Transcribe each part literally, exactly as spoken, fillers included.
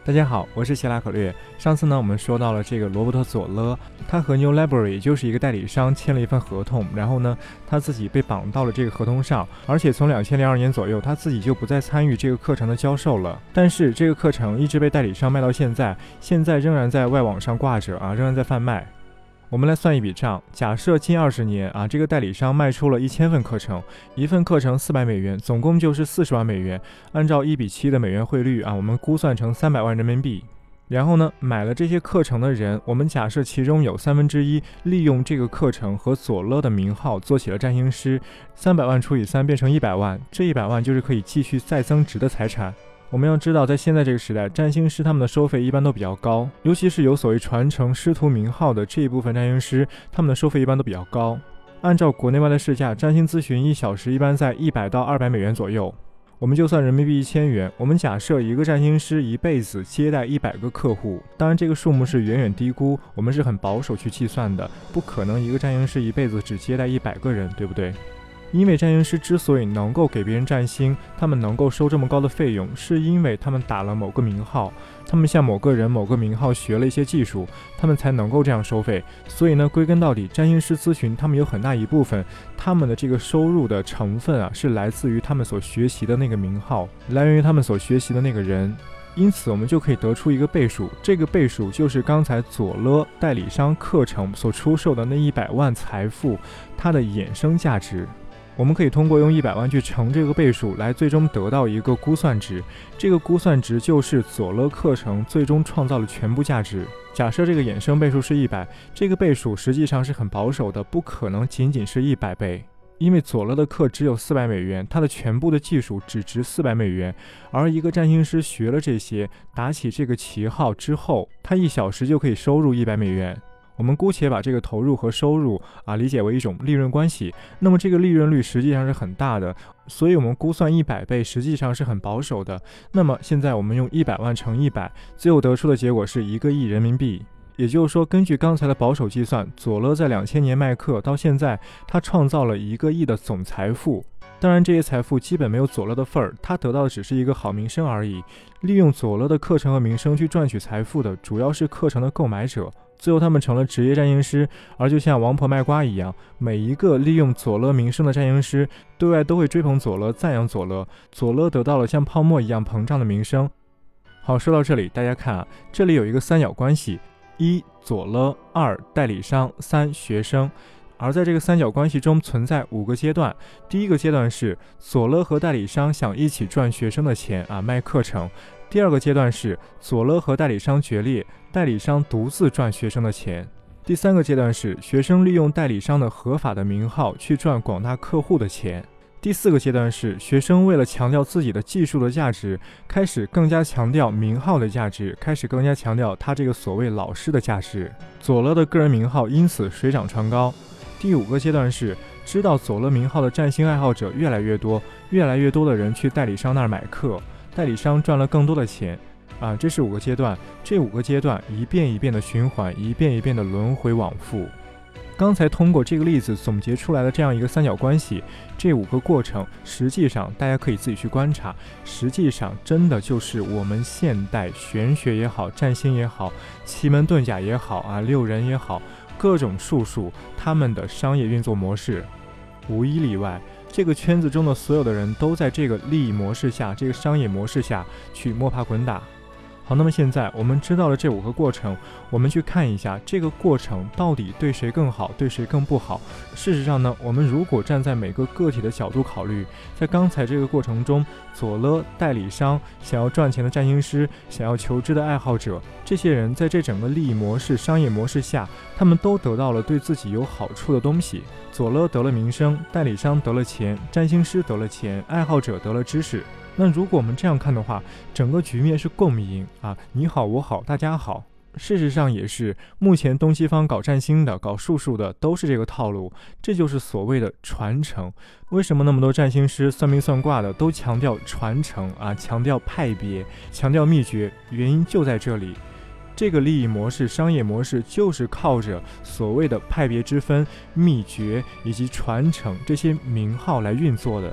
大家好，我是希拉可略。上次呢，我们说到了这个罗伯特佐勒，他和 New Library 就是一个代理商签了一份合同，然后呢，他自己被绑到了这个合同上，而且从两千零二年左右，他自己就不再参与这个课程的教授了。但是这个课程一直被代理商卖到现在，现在仍然在外网上挂着啊，仍然在贩卖。我们来算一笔账，假设近二十年啊，这个代理商卖出了一千份课程，一份课程四百美元，总共就是四十万美元。按照一比七的美元汇率啊，我们估算成三百万人民币。然后呢，买了这些课程的人，我们假设其中有三分之一利用这个课程和佐勒的名号做起了占星师，三百万除以三变成一百万，这一百万就是可以继续再增值的财产。我们要知道，在现在这个时代，占星师他们的收费一般都比较高，尤其是有所谓传承师徒名号的这一部分占星师，他们的收费一般都比较高。按照国内外的市价，占星咨询一小时一般在一百到二百美元左右。我们就算人民币一千元，我们假设一个占星师一辈子接待一百个客户，当然这个数目是远远低估，我们是很保守去计算的，不可能一个占星师一辈子只接待一百个人，对不对？因为占星师之所以能够给别人占星，他们能够收这么高的费用，是因为他们打了某个名号，他们向某个人某个名号学了一些技术，他们才能够这样收费。所以呢，归根到底，占星师咨询他们有很大一部分，他们的这个收入的成分啊，是来自于他们所学习的那个名号，来源于他们所学习的那个人。因此我们就可以得出一个倍数，这个倍数就是刚才佐勒代理商课程所出售的那一百万财富，它的衍生价值。我们可以通过用一百万去乘这个倍数来最终得到一个估算值，这个估算值就是佐勒课程最终创造的全部价值。假设这个衍生倍数是一百，这个倍数实际上是很保守的，不可能仅仅是一百倍。因为佐勒的课只有四百美元，它的全部的技术只值四百美元，而一个占星师学了这些，打起这个旗号之后，他一小时就可以收入一百美元。我们姑且把这个投入和收入啊理解为一种利润关系，那么这个利润率实际上是很大的，所以我们估算一百倍实际上是很保守的。那么现在我们用一百万乘一百，最后得出的结果是一个亿人民币。也就是说，根据刚才的保守计算，佐勒在两千年卖课到现在，他创造了一个亿的总财富。当然这些财富基本没有佐勒的份儿，他得到的只是一个好名声而已。利用佐勒的课程和名声去赚取财富的主要是课程的购买者，最后他们成了职业占星师。而就像王婆卖瓜一样，每一个利用佐勒名声的占星师对外都会追捧佐勒，赞扬佐勒，佐勒得到了像泡沫一样膨胀的名声。好，说到这里大家看啊，这里有一个三角关系，一佐勒，二代理商，三学生。而在这个三角关系中存在五个阶段。第一个阶段是佐勒和代理商想一起赚学生的钱啊，卖课程。第二个阶段是佐勒和代理商决裂，代理商独自赚学生的钱。第三个阶段是学生利用代理商的合法的名号去赚广大客户的钱。第四个阶段是学生为了强调自己的技术的价值，开始更加强调名号的价值，开始更加强调他这个所谓老师的价值。佐勒的个人名号因此水涨船高。第五个阶段是知道佐勒名号的占星爱好者越来越多，越来越多的人去代理商那儿买课，代理商赚了更多的钱啊，这是五个阶段。这五个阶段一遍一遍的循环，一遍一遍的轮回往复。刚才通过这个例子总结出来的这样一个三角关系，这五个过程实际上大家可以自己去观察，实际上真的就是我们现代玄学也好，占星也好，奇门遁甲也好啊，六人也好，各种术数他们的商业运作模式无一例外。这个圈子中的所有的人都在这个利益模式下，这个商业模式下去摸爬滚打。好，那么现在我们知道了这五个过程，我们去看一下这个过程到底对谁更好，对谁更不好。事实上呢，我们如果站在每个个体的角度考虑，在刚才这个过程中，佐勒、代理商、想要赚钱的占星师、想要求知的爱好者，这些人在这整个利益模式、商业模式下，他们都得到了对自己有好处的东西。佐勒得了名声，代理商得了钱，占星师得了钱，爱好者得了知识。那如果我们这样看的话，整个局面是共赢啊，你好我好大家好。事实上也是，目前东西方搞占星的、搞术数的都是这个套路，这就是所谓的传承。为什么那么多占星师、算命算卦的都强调传承啊，强调派别，强调秘诀？原因就在这里。这个利益模式、商业模式就是靠着所谓的派别之分、秘诀以及传承这些名号来运作的。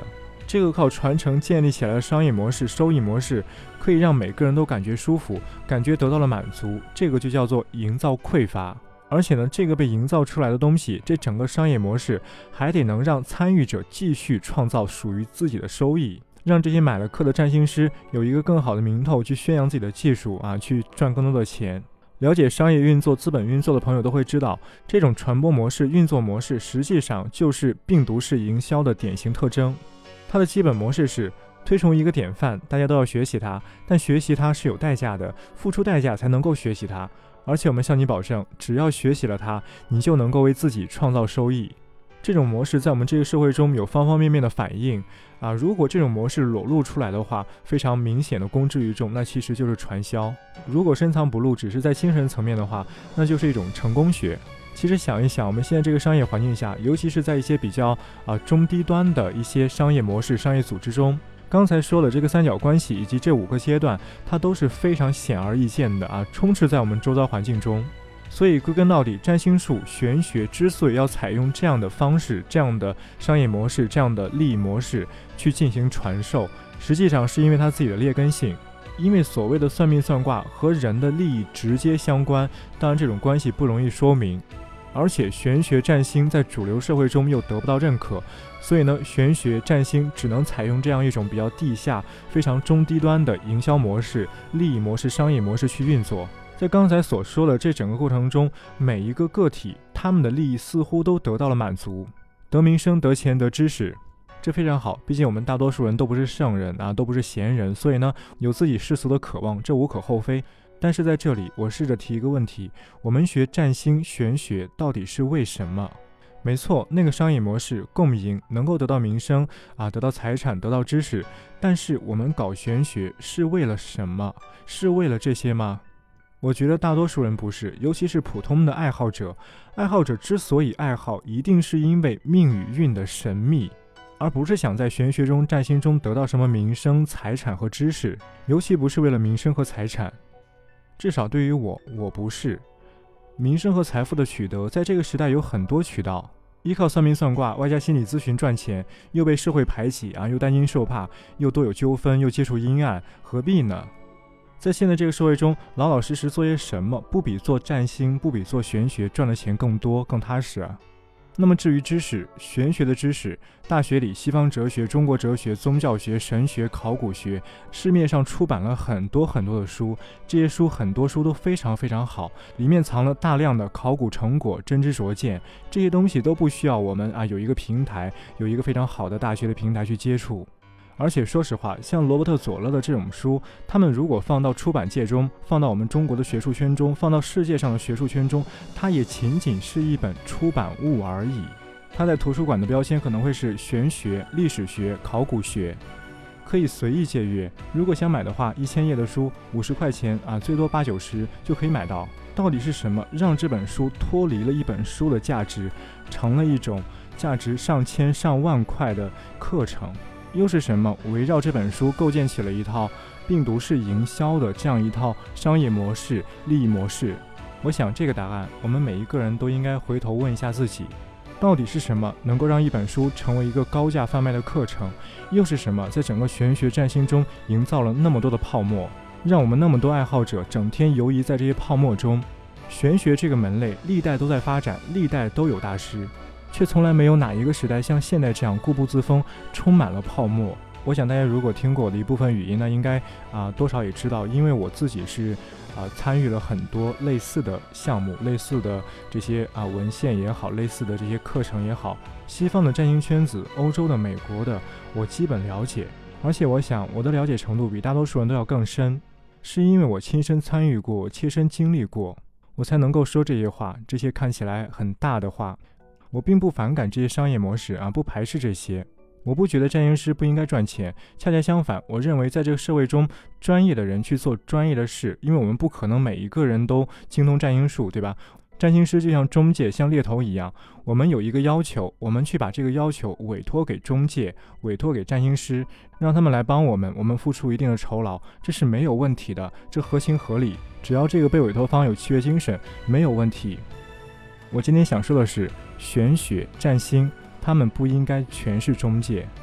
这个靠传承建立起来的商业模式、收益模式，可以让每个人都感觉舒服，感觉得到了满足，这个就叫做营造匮乏。而且呢，这个被营造出来的东西，这整个商业模式还得能让参与者继续创造属于自己的收益，让这些买了课的占星师有一个更好的名头去宣扬自己的技术啊，去赚更多的钱。了解商业运作、资本运作的朋友都会知道，这种传播模式、运作模式实际上就是病毒式营销的典型特征。它的基本模式是推崇一个典范，大家都要学习它，但学习它是有代价的，付出代价才能够学习它。而且我们向你保证，只要学习了它，你就能够为自己创造收益。这种模式在我们这个社会中有方方面面的反应啊！如果这种模式裸露出来的话，非常明显的公之于众，那其实就是传销；如果深藏不露，只是在精神层面的话，那就是一种成功学。其实想一想，我们现在这个商业环境下，尤其是在一些比较啊中低端的一些商业模式、商业组织中，刚才说了这个三角关系以及这五个阶段，它都是非常显而易见的啊，充斥在我们周遭环境中。所以归根到底，占星术、玄学之所以要采用这样的方式、这样的商业模式、这样的利益模式去进行传授，实际上是因为它自己的劣根性。因为所谓的算命算卦和人的利益直接相关，当然这种关系不容易说明。而且玄学占星在主流社会中又得不到认可，所以呢，玄学占星只能采用这样一种比较地下、非常中低端的营销模式、利益模式、商业模式去运作。在刚才所说的这整个过程中，每一个个体他们的利益似乎都得到了满足，得名声、得钱、得知识，这非常好。毕竟我们大多数人都不是圣人啊，都不是贤人，所以呢，有自己世俗的渴望，这无可厚非。但是在这里，我试着提一个问题：我们学占星、玄学到底是为什么？没错，那个商业模式共赢，能够得到名声啊，得到财产，得到知识。但是我们搞玄学是为了什么？是为了这些吗？我觉得大多数人不是，尤其是普通的爱好者。爱好者之所以爱好，一定是因为命与运的神秘，而不是想在玄学中、占星中得到什么名声、财产和知识，尤其不是为了名声和财产。至少对于我，我不是。名声和财富的取得，在这个时代有很多渠道，依靠算命算卦，外加心理咨询赚钱，又被社会排挤啊，又担惊受怕，又多有纠纷，又接触阴暗，何必呢？在现在这个社会中，老老实实做些什么，不比做占星，不比做玄学赚的钱更多更踏实啊。那么至于知识，玄学的知识，大学里西方哲学、中国哲学、宗教学、神学、考古学，市面上出版了很多很多的书，这些书很多书都非常非常好，里面藏了大量的考古成果、真知灼见，这些东西都不需要我们啊有一个平台，有一个非常好的大学的平台去接触。而且说实话，像罗伯特·佐勒的这种书，他们如果放到出版界中，放到我们中国的学术圈中，放到世界上的学术圈中，它也仅仅是一本出版物而已。它在图书馆的标签可能会是玄学、历史学、考古学，可以随意借阅。如果想买的话，一千页的书五十块钱啊，最多八九十就可以买到。到底是什么让这本书脱离了一本书的价值，成了一种价值上千上万块的课程？又是什么围绕这本书构建起了一套病毒式营销的这样一套商业模式、利益模式？我想这个答案，我们每一个人都应该回头问一下自己，到底是什么能够让一本书成为一个高价贩卖的课程？又是什么在整个玄学占星中营造了那么多的泡沫，让我们那么多爱好者整天游移在这些泡沫中？玄学这个门类历代都在发展，历代都有大师，却从来没有哪一个时代像现代这样固步自封，充满了泡沫。我想大家如果听过我的一部分语音呢，应该啊、呃、多少也知道，因为我自己是啊、呃、参与了很多类似的项目，类似的这些啊、呃、文献也好，类似的这些课程也好，西方的占星圈子、欧洲的、美国的，我基本了解。而且我想我的了解程度比大多数人都要更深，是因为我亲身参与过、切身经历过，我才能够说这些话，这些看起来很大的话。我并不反感这些商业模式啊，不排斥这些。我不觉得占星师不应该赚钱，恰恰相反，我认为在这个社会中，专业的人去做专业的事，因为我们不可能每一个人都精通占星术，对吧？占星师就像中介、像猎头一样，我们有一个要求，我们去把这个要求委托给中介，委托给占星师，让他们来帮我们，我们付出一定的酬劳，这是没有问题的，这合情合理，只要这个被委托方有契约精神，没有问题。我今天想说的是，玄学、占星，他们不应该全是中介。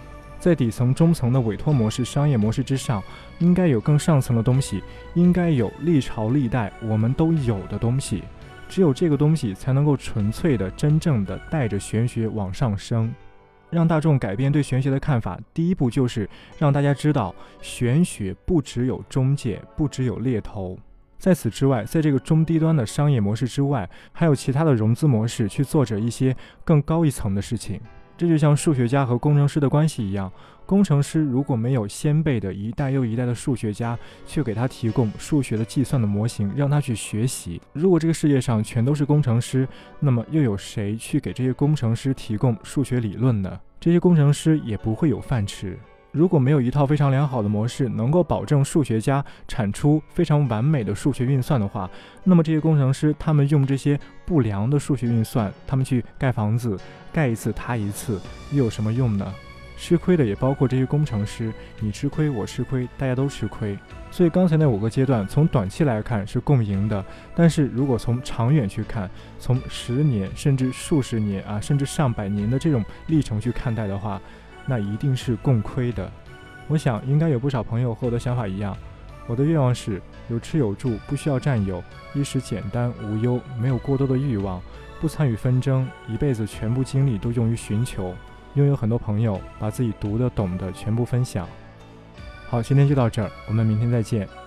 在底层、中层的委托模式、商业模式之上，应该有更上层的东西，应该有历朝历代我们都有的东西。只有这个东西才能够纯粹的、真正的带着玄学往上升。让大众改变对玄学的看法，第一步就是让大家知道，玄学不只有中介，不只有猎头。在此之外，在这个中低端的商业模式之外，还有其他的融资模式去做着一些更高一层的事情。这就像数学家和工程师的关系一样，工程师如果没有先辈的一代又一代的数学家去给他提供数学的计算的模型，让他去学习，如果这个世界上全都是工程师，那么又有谁去给这些工程师提供数学理论呢？这些工程师也不会有饭吃。如果没有一套非常良好的模式能够保证数学家产出非常完美的数学运算的话，那么这些工程师他们用这些不良的数学运算，他们去盖房子，盖一次塌一次，又有什么用呢？吃亏的也包括这些工程师，你吃亏我吃亏，大家都吃亏。所以刚才那五个阶段从短期来看是共赢的，但是如果从长远去看，从十年甚至数十年啊，甚至上百年的这种历程去看待的话，那一定是共亏的。我想应该有不少朋友和我的想法一样，我的愿望是有吃有住，不需要占有，衣食简单无忧，没有过多的欲望，不参与纷争，一辈子全部精力都用于寻求，拥有很多朋友，把自己读的懂的全部分享。好，今天就到这儿，我们明天再见。